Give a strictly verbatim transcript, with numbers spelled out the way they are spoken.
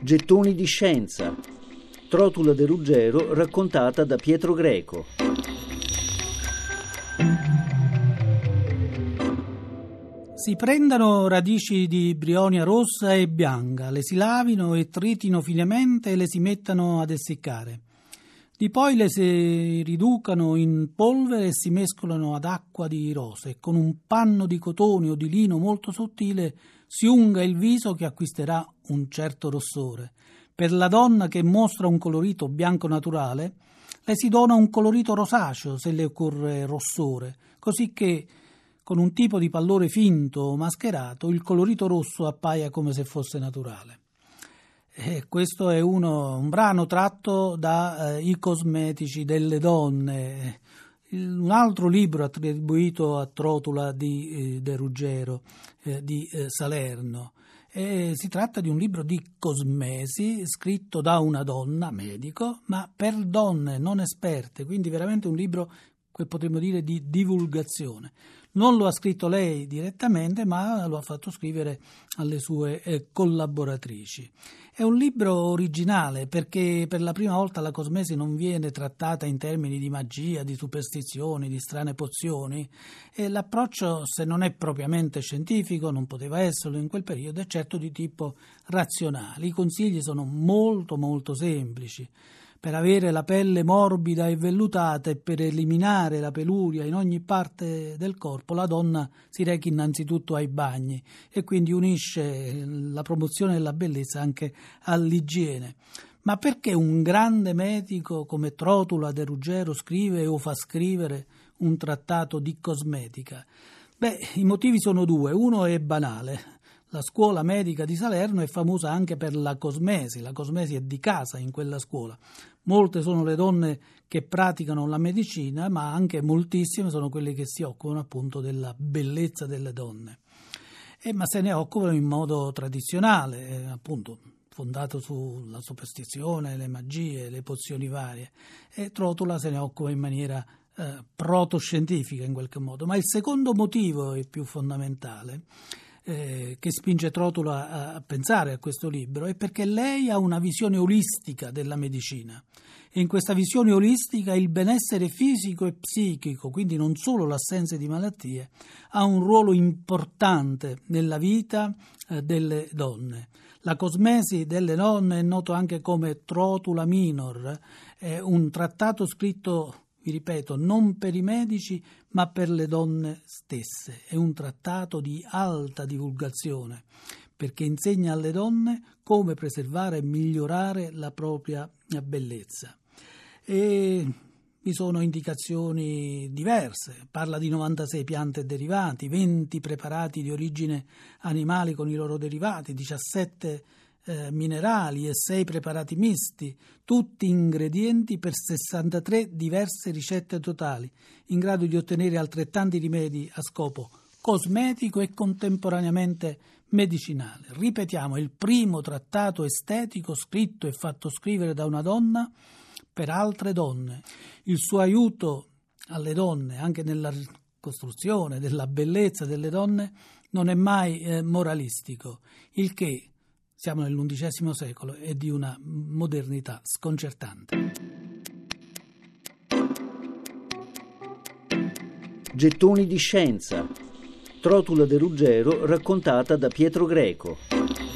Gettoni di scienza. Trotula de Ruggero raccontata da Pietro Greco. Si prendano radici di brionia rossa e bianca, le si lavino e tritino finemente e le si mettano ad essiccare. Di poi le si riducano in polvere e si mescolano ad acqua di rose e con un panno di cotone o di lino molto sottile si unga il viso che acquisterà un certo rossore. Per la donna che mostra un colorito bianco naturale, le si dona un colorito rosaceo se le occorre rossore, così che con un tipo di pallore finto o mascherato il colorito rosso appaia come se fosse naturale. E questo è uno, un brano tratto da eh, I cosmetici delle donne, il, un altro libro attribuito a Trotula di, eh, de Ruggero, eh, di eh, Salerno. E si tratta di un libro di cosmesi scritto da una donna, medico, ma per donne non esperte, quindi veramente un libro che potremmo dire di divulgazione. Non lo ha scritto lei direttamente, ma lo ha fatto scrivere alle sue eh, collaboratrici. È un libro originale perché per la prima volta la cosmesi non viene trattata in termini di magia, di superstizioni, di strane pozioni, e l'approccio, se non è propriamente scientifico, non poteva esserlo in quel periodo, è certo di tipo razionale. I consigli sono molto molto semplici. Per avere la pelle morbida e vellutata e per eliminare la peluria in ogni parte del corpo, la donna si reca innanzitutto ai bagni e quindi unisce la promozione della bellezza anche all'igiene. Ma perché un grande medico come Trotula de Ruggero scrive o fa scrivere un trattato di cosmetica? Beh, i motivi sono due. Uno è banale. La scuola medica di Salerno è famosa anche per la cosmesi, la cosmesi è di casa in quella scuola. Molte sono le donne che praticano la medicina, ma anche moltissime sono quelle che si occupano appunto della bellezza delle donne. E, ma se ne occupano in modo tradizionale, eh, appunto fondato sulla superstizione, le magie, le pozioni varie. E Trotula se ne occupa in maniera eh, protoscientifica in qualche modo. Ma il secondo motivo è più fondamentale, Eh, che spinge Trotula a, a pensare a questo libro, è perché lei ha una visione olistica della medicina e in questa visione olistica il benessere fisico e psichico, quindi non solo l'assenza di malattie, ha un ruolo importante nella vita eh, delle donne. La cosmesi delle donne è noto anche come Trotula Minor, è un trattato scritto, vi ripeto, non per i medici ma per le donne stesse. È un trattato di alta divulgazione perché insegna alle donne come preservare e migliorare la propria bellezza. E vi sono indicazioni diverse, parla di novantasei piante e derivati, venti preparati di origine animale con i loro derivati, diciassette Eh, minerali e sei preparati misti, tutti ingredienti per sessantatré diverse ricette totali, in grado di ottenere altrettanti rimedi a scopo cosmetico e contemporaneamente medicinale. Ripetiamo, il primo trattato estetico scritto e fatto scrivere da una donna per altre donne. Il suo aiuto alle donne, anche nella costruzione della bellezza delle donne, non è mai eh, moralistico, il che siamo nell'undicesimo secolo e di una modernità sconcertante. Gettoni di scienza. Trotula de Ruggero raccontata da Pietro Greco.